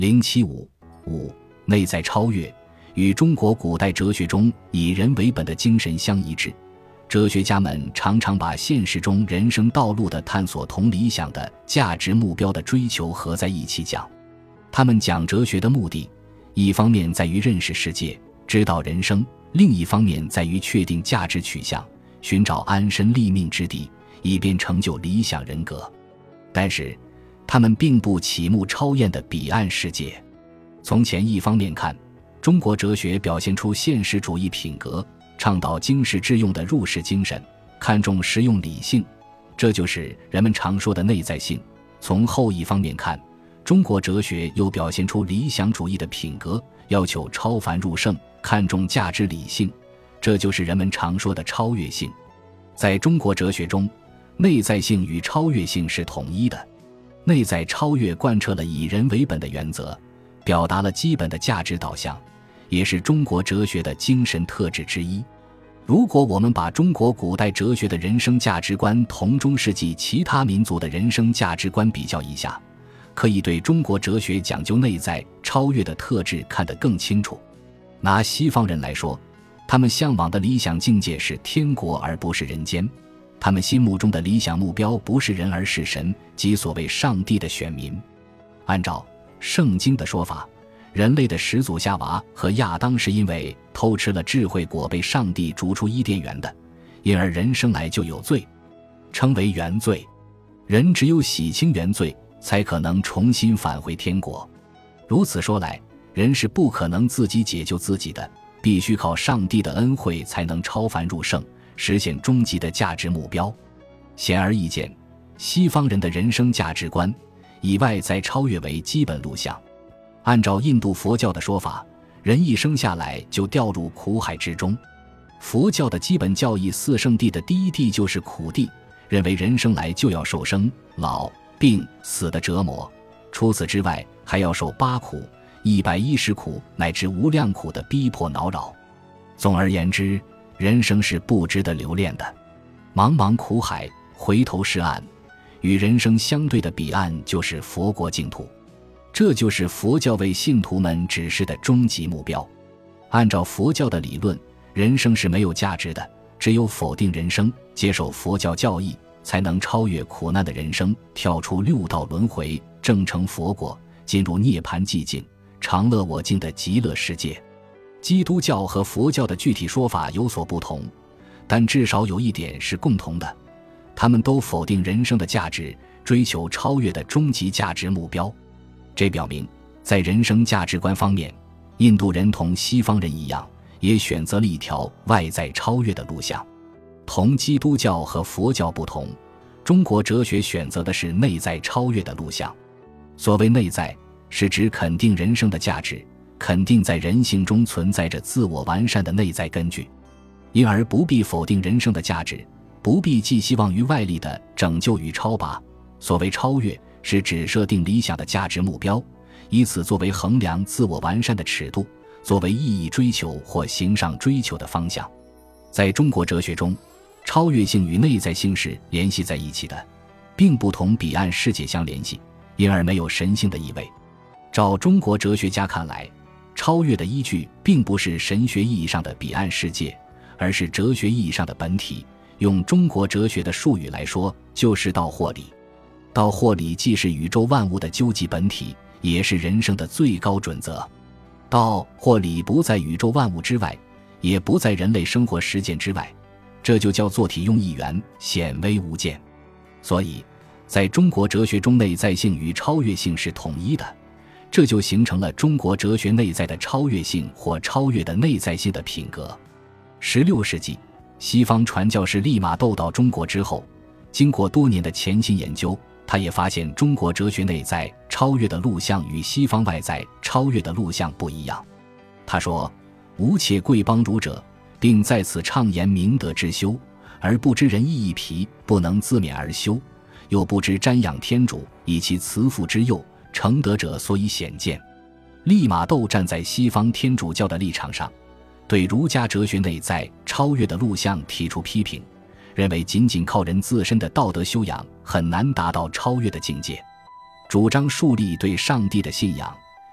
075-5内在超越与中国古代哲学中以人为本的精神相一致。哲学家们常常把现实中人生道路的探索同理想的价值目标的追求合在一起讲。他们讲哲学的目的，一方面在于认识世界，知道人生，另一方面在于确定价值取向，寻找安身立命之地，以便成就理想人格。但是他们并不启目超验的彼岸世界。从前一方面看，中国哲学表现出现实主义品格，倡导经世致用的入世精神，看重实用理性，这就是人们常说的内在性。从后一方面看，中国哲学又表现出理想主义的品格，要求超凡入圣，看重价值理性，这就是人们常说的超越性。在中国哲学中，内在性与超越性是统一的。内在超越贯彻了以人为本的原则，表达了基本的价值导向，也是中国哲学的精神特质之一。如果我们把中国古代哲学的人生价值观同中世纪其他民族的人生价值观比较一下，可以对中国哲学讲究内在超越的特质看得更清楚。拿西方人来说，他们向往的理想境界是天国而不是人间，他们心目中的理想目标不是人而是神，即所谓上帝的选民。按照圣经的说法，人类的始祖夏娃和亚当是因为偷吃了智慧果被上帝逐出伊甸园的，因而人生来就有罪，称为原罪。人只有洗清原罪，才可能重新返回天国。如此说来，人是不可能自己解救自己的，必须靠上帝的恩惠才能超凡入圣，实现终极的价值目标。显而易见，西方人的人生价值观以外在超越为基本路向。按照印度佛教的说法，人一生下来就掉入苦海之中。佛教的基本教义四圣地的第一地就是苦地，认为人生来就要受生、老、病、死的折磨，除此之外还要受八苦、110苦乃至无量苦的逼迫恼扰。总而言之，人生是不值得留恋的。茫茫苦海，回头是岸，与人生相对的彼岸就是佛国净土。这就是佛教为信徒们指示的终极目标。按照佛教的理论，人生是没有价值的，只有否定人生，接受佛教教义，才能超越苦难的人生，跳出六道轮回，证成佛果，进入涅槃寂静、常乐我净的极乐世界。基督教和佛教的具体说法有所不同，但至少有一点是共同的，他们都否定人生的价值，追求超越的终极价值目标。这表明，在人生价值观方面，印度人同西方人一样，也选择了一条外在超越的路向。同基督教和佛教不同，中国哲学选择的是内在超越的路向。所谓内在，是指肯定人生的价值，肯定在人性中存在着自我完善的内在根据，因而不必否定人生的价值，不必寄希望于外力的拯救与超拔。所谓超越，是指设定理想的价值目标，以此作为衡量自我完善的尺度，作为意义追求或形上追求的方向。在中国哲学中，超越性与内在性是联系在一起的，并不同彼岸世界相联系，因而没有神性的意味。照中国哲学家看来，超越的依据并不是神学意义上的彼岸世界，而是哲学意义上的本体。用中国哲学的术语来说，就是道或理。道或理既是宇宙万物的究极本体，也是人生的最高准则。道或理不在宇宙万物之外，也不在人类生活实践之外，这就叫做体用一元，显微无间。所以在中国哲学中，内在性与超越性是统一的，这就形成了中国哲学内在的超越性或超越的内在性的品格。16世纪，西方传教士利玛窦到中国之后，经过多年的潜心研究，他也发现中国哲学内在超越的路向与西方外在超越的路向不一样。他说：吾且贵邦儒者，并在此畅言明德之修，而不知仁义一疲，不能自勉而修，又不知瞻仰天主，以其慈父之佑，成德者所以显见。利玛窦站在西方天主教的立场上，对儒家哲学内在超越的路向提出批评，认为仅仅靠人自身的道德修养很难达到超越的境界，主张树立对上帝的信仰，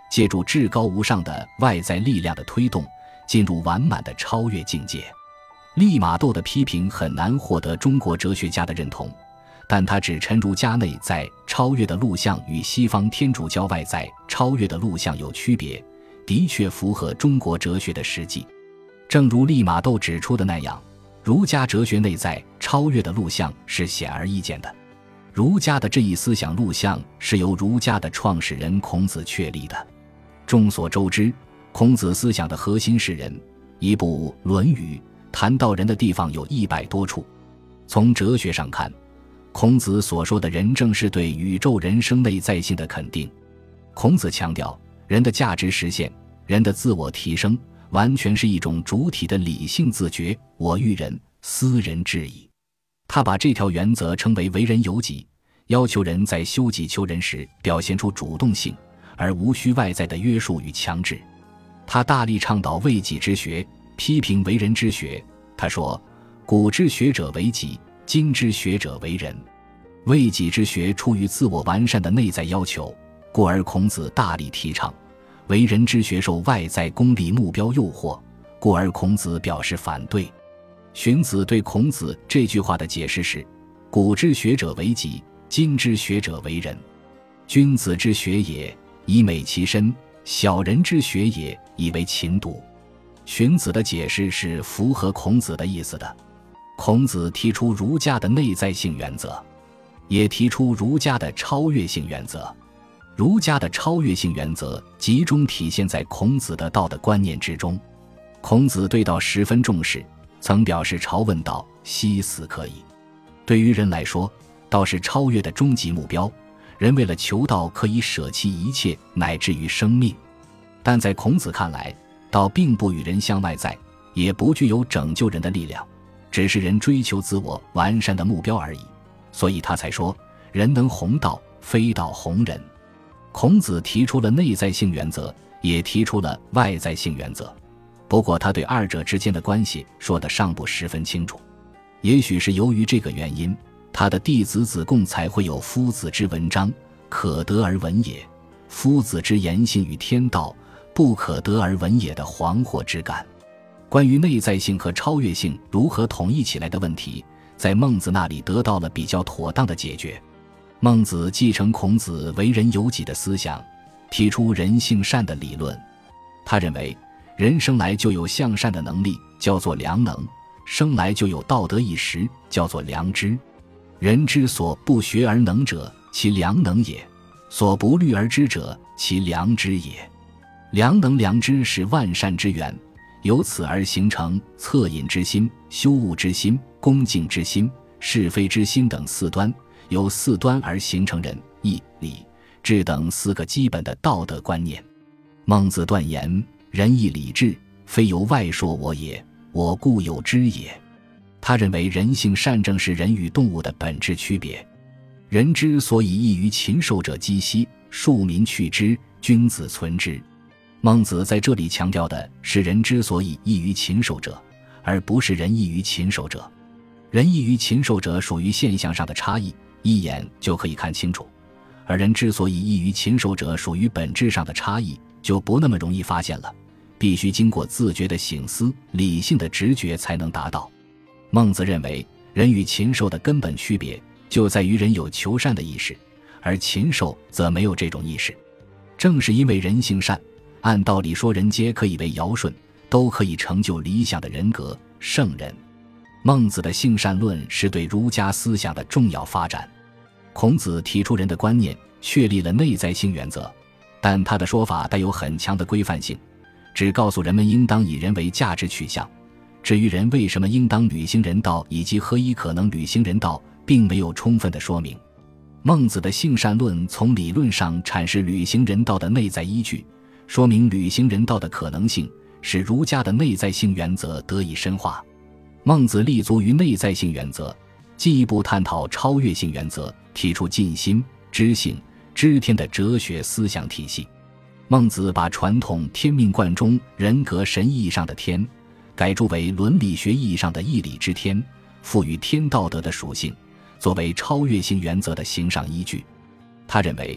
借助至高无上的外在力量的推动，进入完满的超越境界。利玛窦的批评很难获得中国哲学家的认同，但他指陈儒家内在超越的路向与西方天主教外在超越的路向有区别，的确符合中国哲学的实际。正如利玛窦指出的那样，儒家哲学内在超越的路向是显而易见的。儒家的这一思想路向是由儒家的创始人孔子确立的。众所周知，孔子思想的核心是人，一部《论语》谈到人的地方有100多处。从哲学上看，孔子所说的人正是对宇宙人生内在性的肯定。孔子强调，人的价值实现，人的自我提升，完全是一种主体的理性自觉，我欲人，斯人至矣。他把这条原则称为为人由己，要求人在修己求人时表现出主动性，而无需外在的约束与强制。他大力倡导为己之学，批评为人之学。他说，古之学者为己，今之学者为人。为己之学出于自我完善的内在要求，故而孔子大力提倡；为人之学受外在功利目标诱惑，故而孔子表示反对。荀子对孔子这句话的解释是，古之学者为己，今之学者为人。君子之学也，以美其身；小人之学也，以为勤笃。荀子的解释是符合孔子的意思的。孔子提出儒家的内在性原则，也提出儒家的超越性原则。儒家的超越性原则集中体现在孔子的道的观念之中。孔子对道十分重视，曾表示朝问道，夕死可矣。对于人来说，道是超越的终极目标，人为了求道可以舍弃一切，乃至于生命。但在孔子看来，道并不与人相外在，也不具有拯救人的力量，只是人追求自我完善的目标而已。所以他才说，人能弘道，非道弘人。孔子提出了内在性原则，也提出了外在性原则，不过他对二者之间的关系说得尚不十分清楚。也许是由于这个原因，他的弟子子贡才会有夫子之文章，可得而闻也；夫子之言行与天道，不可得而闻也的惶惑之感。关于内在性和超越性如何统一起来的问题，在孟子那里得到了比较妥当的解决。孟子继承孔子为人由己的思想，提出人性善的理论。他认为，人生来就有向善的能力，叫做良能；生来就有道德意识，叫做良知。人之所不学而能者，其良能也；所不虑而知者，其良知也。良能良知是万善之源，由此而形成恻隐之心、羞恶之心、恭敬之心、是非之心等4端，由4端而形成仁、义、礼、智等4个基本的道德观念。孟子断言，仁义礼智，非由外说我也，我固有之也。他认为人性善正是人与动物的本质区别。人之所以异于禽兽者几希，庶民去之，君子存之。孟子在这里强调的是人之所以异于禽兽者，而不是人异于禽兽者。人异于禽兽者属于现象上的差异，一眼就可以看清楚；而人之所以异于禽兽者属于本质上的差异，就不那么容易发现了，必须经过自觉的省思、理性的直觉才能达到。孟子认为，人与禽兽的根本区别就在于人有求善的意识，而禽兽则没有这种意识。正是因为人性善，按道理说人皆可以为尧舜，都可以成就理想的人格圣人。孟子的性善论是对儒家思想的重要发展。孔子提出人的观念，确立了内在性原则，但他的说法带有很强的规范性，只告诉人们应当以人为价值取向。至于人为什么应当履行人道以及何以可能履行人道，并没有充分的说明。孟子的性善论从理论上阐释履行人道的内在依据，说明履行人道的可能性，使儒家的内在性原则得以深化。孟子立足于内在性原则，进一步探讨超越性原则，提出尽心、知性、知天的哲学思想体系。孟子把传统天命观中人格神意义上的天，改注为伦理学意义上的义理之天，赋予天道德的属性，作为超越性原则的形上依据。他认为，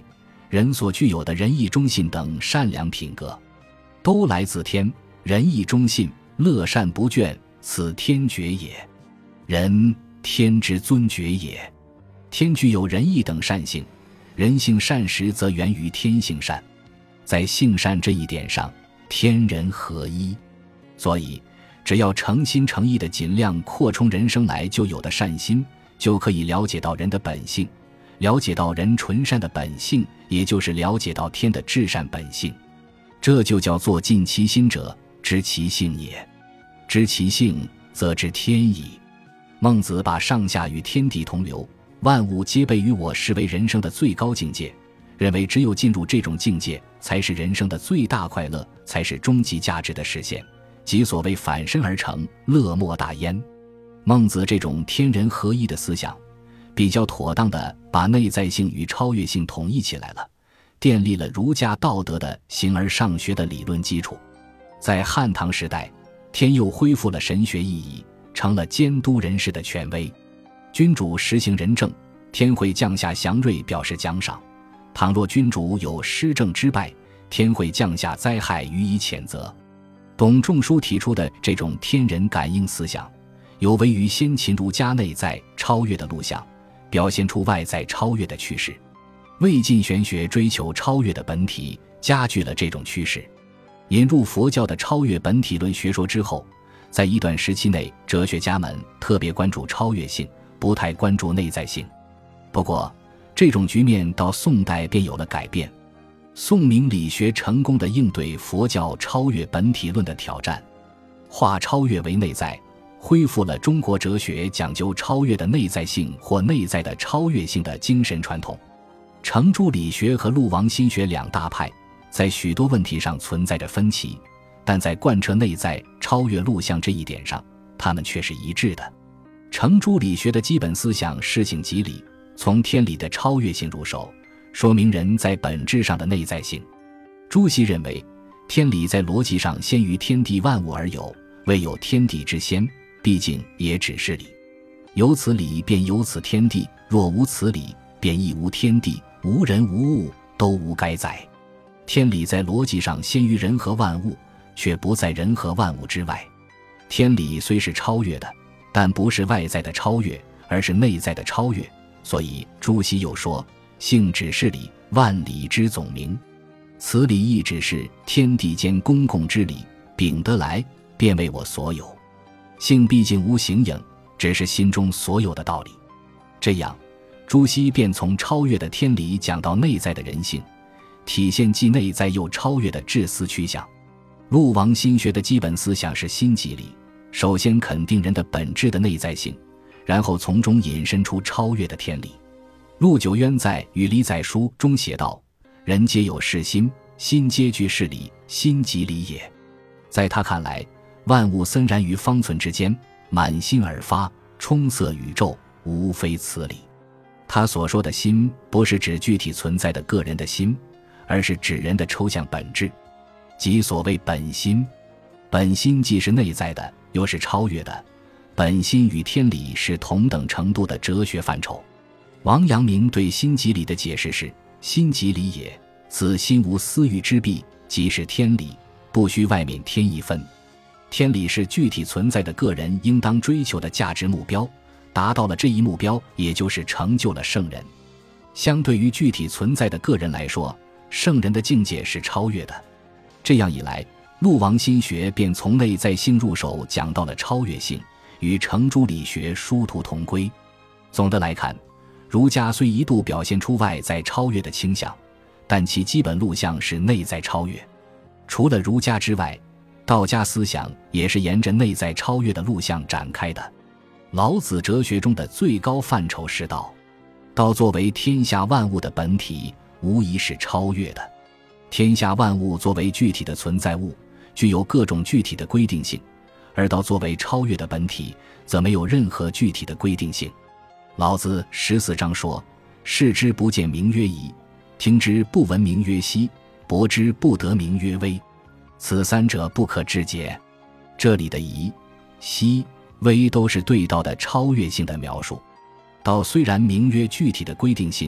人所具有的仁义忠信等善良品格，都来自天。仁义忠信，乐善不倦，此天爵也。人，天之尊爵也。天具有仁义等善性，人性善时则源于天性善。在性善这一点上，天人合一。所以只要诚心诚意地尽量扩充人生来就有的善心，就可以了解到人的本性，了解到人纯善的本性，也就是了解到天的至善本性。这就叫做尽其心者，知其性也。知其性，则知天矣。孟子把上下与天地同流，万物皆备于我视为人生的最高境界，认为只有进入这种境界，才是人生的最大快乐，才是终极价值的实现，即所谓反身而成，乐莫大焉。孟子这种天人合一的思想，比较妥当地把内在性与超越性统一起来了，奠立了儒家道德的形而上学的理论基础。在汉唐时代，天又恢复了神学意义，成了监督人事的权威。君主实行仁政，天会降下祥瑞表示奖赏；倘若君主有施政之败，天会降下灾害予以谴责。董仲舒提出的这种天人感应思想，有违于先秦儒家内在超越的路向，表现出外在超越的趋势。魏晋玄学追求超越的本体，加剧了这种趋势。引入佛教的超越本体论学说之后，在一段时期内，哲学家们特别关注超越性，不太关注内在性。不过，这种局面到宋代便有了改变。宋明理学成功地应对佛教超越本体论的挑战，化超越为内在，恢复了中国哲学讲究超越的内在性或内在的超越性的精神传统。程朱理学和陆王心学两大派在许多问题上存在着分歧，但在贯彻内在超越路向这一点上，他们却是一致的。程朱理学的基本思想是性即理，从天理的超越性入手，说明人在本质上的内在性。朱熹认为，天理在逻辑上先于天地万物而有，未有天地之先，毕竟也只是理。有此理，便有此天地；若无此理，便亦无天地，无人无物，都无该在。天理在逻辑上先于人和万物，却不在人和万物之外。天理虽是超越的，但不是外在的超越，而是内在的超越。所以朱熹又说，性只是理，万理之总名。此理亦只是天地间公共之理，秉得来，便为我所有。性毕竟无形影，只是心中所有的道理。这样，朱熹便从超越的天理讲到内在的人性，体现既内在又超越的至思趋向。陆王心学的基本思想是心即理，首先肯定人的本质的内在性，然后从中引申出超越的天理。陆九渊在《与理载书》中写道，人皆有是心，心皆具是理，心即理也。在他看来，万物森然于方寸之间，满心而发，充塞宇宙，无非此理。他所说的心，不是指具体存在的个人的心，而是指人的抽象本质，即所谓本心。本心既是内在的，又是超越的，本心与天理是同等程度的哲学范畴。王阳明对心即理的解释是，心即理也，此心无私欲之弊，即是天理，不须外面添一分。天理是具体存在的个人应当追求的价值目标，达到了这一目标，也就是成就了圣人。相对于具体存在的个人来说，圣人的境界是超越的。这样一来，陆王心学便从内在性入手，讲到了超越性，与程朱理学殊途同归。总的来看，儒家虽一度表现出外在超越的倾向，但其基本路向是内在超越。除了儒家之外，道家思想也是沿着内在超越的路向展开的。老子哲学中的最高范畴是道，道作为天下万物的本体，无疑是超越的。天下万物作为具体的存在物，具有各种具体的规定性，而道作为超越的本体，则没有任何具体的规定性。老子14章说，视之不见名曰夷，听之不闻名曰希，博之不得名曰微，此三者不可致诘。这里的夷、希、微都是对道的超越性的描述。道虽然名曰具体的规定性，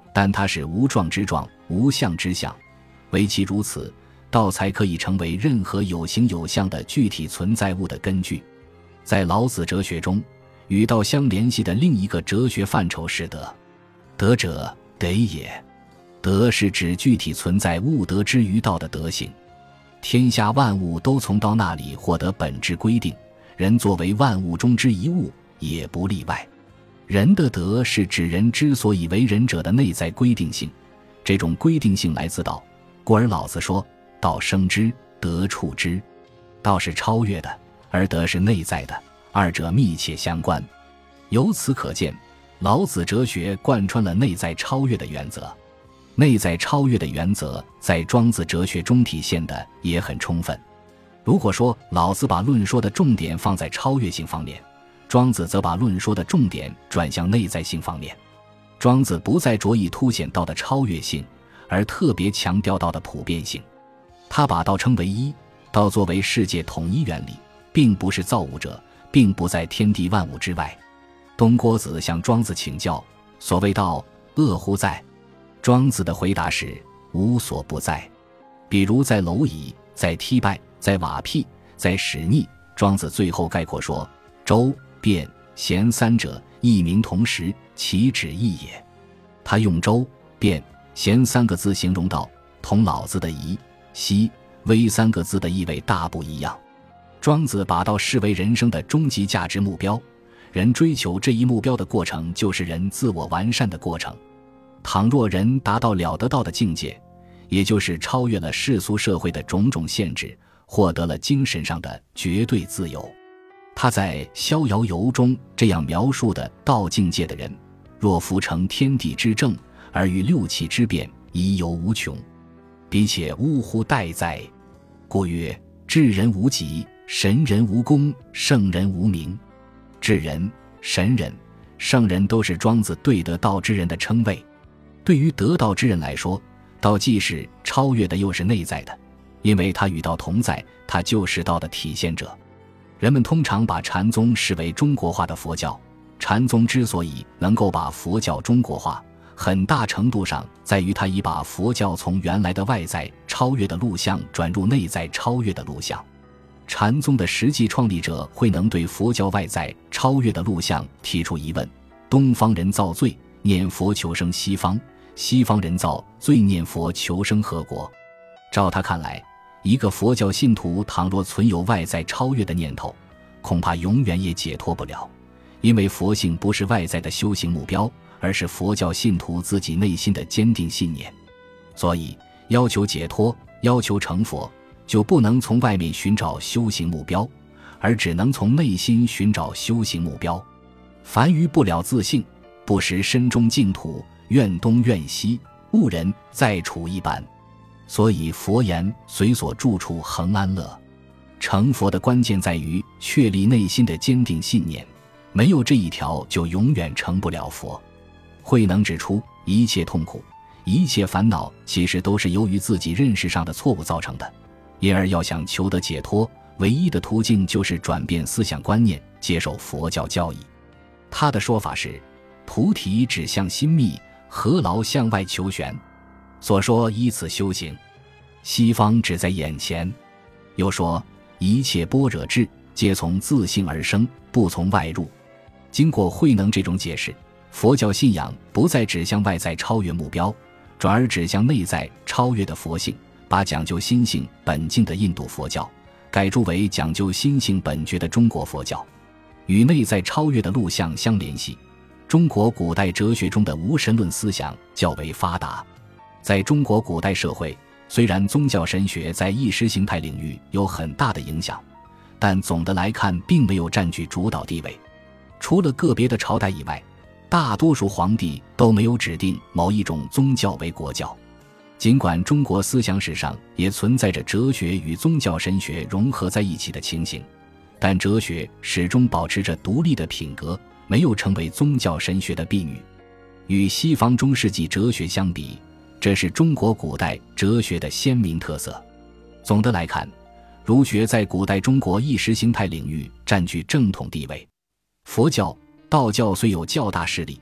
但它是无状之状，无相之相，唯其如此，道才可以成为任何有形有相的具体存在物的根据。在老子哲学中，与道相联系的另一个哲学范畴是德。德者，德也。德是指具体存在物得之于道的德性。天下万物都从道那里获得本质规定，人作为万物中之一物，也不例外。人的德是指人之所以为人者的内在规定性，这种规定性来自道，故而老子说道生之，德处之。道是超越的，而德是内在的，二者密切相关。由此可见，老子哲学贯穿了内在超越的原则。内在超越的原则在庄子哲学中体现的也很充分。如果说老子把论说的重点放在超越性方面，庄子则把论说的重点转向内在性方面。庄子不再着意凸显道的超越性，而特别强调道的普遍性。他把道称为一，道作为世界统一原理，并不是造物者，并不在天地万物之外。东郭子向庄子请教，所谓道，恶乎在？庄子的回答是，无所不在。比如在蝼蚁，在踢败，在瓦辟，在屎溺，庄子最后概括说，周、辩、贤三者，异名同时，其旨异也。他用周、辩、贤三个字形容道，同老子的仪、希、微三个字的意味大不一样。庄子把道视为人生的终极价值目标，人追求这一目标的过程就是人自我完善的过程。倘若人达到了得道的境界，也就是超越了世俗社会的种种限制，获得了精神上的绝对自由。他在《逍遥游》中这样描述的道境界的人，若夫成天地之正，而与六气之变，宜游无穷。彼且呜呼待哉！故曰：智人无极，神人无功，圣人无名。智人、神人、圣人都是庄子对得道之人的称谓。对于得道之人来说，道既是超越的，又是内在的，因为它与道同在，它就是道的体现者。人们通常把禅宗视为中国化的佛教，禅宗之所以能够把佛教中国化，很大程度上在于它已把佛教从原来的外在超越的路向转入内在超越的路向。禅宗的实际创立者慧能对佛教外在超越的路向提出疑问：东方人造罪，念佛求生西方，西方人造罪，念佛求生何国？照他看来，一个佛教信徒倘若存有外在超越的念头，恐怕永远也解脱不了，因为佛性不是外在的修行目标，而是佛教信徒自己内心的坚定信念。所以要求解脱，要求成佛，就不能从外面寻找修行目标，而只能从内心寻找修行目标。凡于不了自性，不识身中净土，怨东怨西，误人在处一般。所以佛言，随所住处恒安乐。成佛的关键在于确立内心的坚定信念，没有这一条就永远成不了佛。慧能指出，一切痛苦，一切烦恼其实都是由于自己认识上的错误造成的，因而要想求得解脱，唯一的途径就是转变思想观念，接受佛教教义。他的说法是，菩提指向心密，何劳向外求玄？所说依此修行，西方只在眼前。又说一切般若智，皆从自性而生，不从外入。经过慧能这种解释，佛教信仰不再指向外在超越目标，转而指向内在超越的佛性，把讲究心性本净的印度佛教改注为讲究心性本觉的中国佛教。与内在超越的路向相联系，中国古代哲学中的无神论思想较为发达。在中国古代社会，虽然宗教神学在意识形态领域有很大的影响，但总的来看并没有占据主导地位。除了个别的朝代以外，大多数皇帝都没有指定某一种宗教为国教。尽管中国思想史上也存在着哲学与宗教神学融合在一起的情形，但哲学始终保持着独立的品格，没有成为宗教神学的婢女。与西方中世纪哲学相比，这是中国古代哲学的鲜明特色。总的来看，儒学在古代中国意识形态领域占据正统地位。佛教、道教虽有较大势力，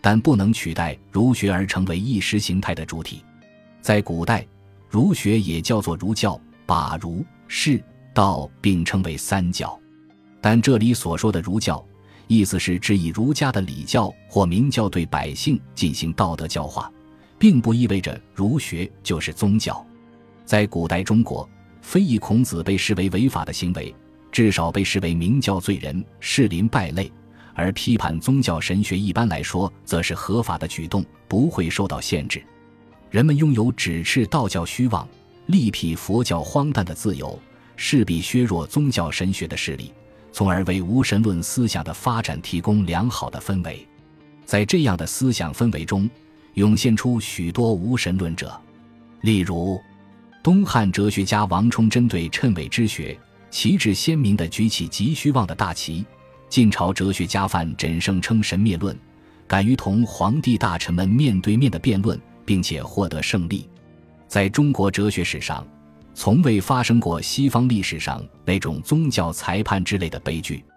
但不能取代儒学而成为意识形态的主体。在古代，儒学也叫做儒教，把儒、释、道并称为三教。但这里所说的儒教，意思是指以儒家的礼教或明教对百姓进行道德教化，并不意味着儒学就是宗教。在古代中国，非议孔子被视为违法的行为，至少被视为明教罪人，士林败类，而批判宗教神学一般来说则是合法的举动，不会受到限制。人们拥有指斥道教虚妄、力辟佛教荒诞的自由，势必削弱宗教神学的势力，从而为无神论思想的发展提供良好的氛围。在这样的思想氛围中，涌现出许多无神论者。例如东汉哲学家王充针对谶纬之学，旗帜鲜明地举起极虚妄的大旗。晋朝哲学家范缜声称神灭论，敢于同皇帝大臣们面对面的辩论，并且获得胜利。在中国哲学史上，从未发生过西方历史上那种宗教裁判之类的悲剧。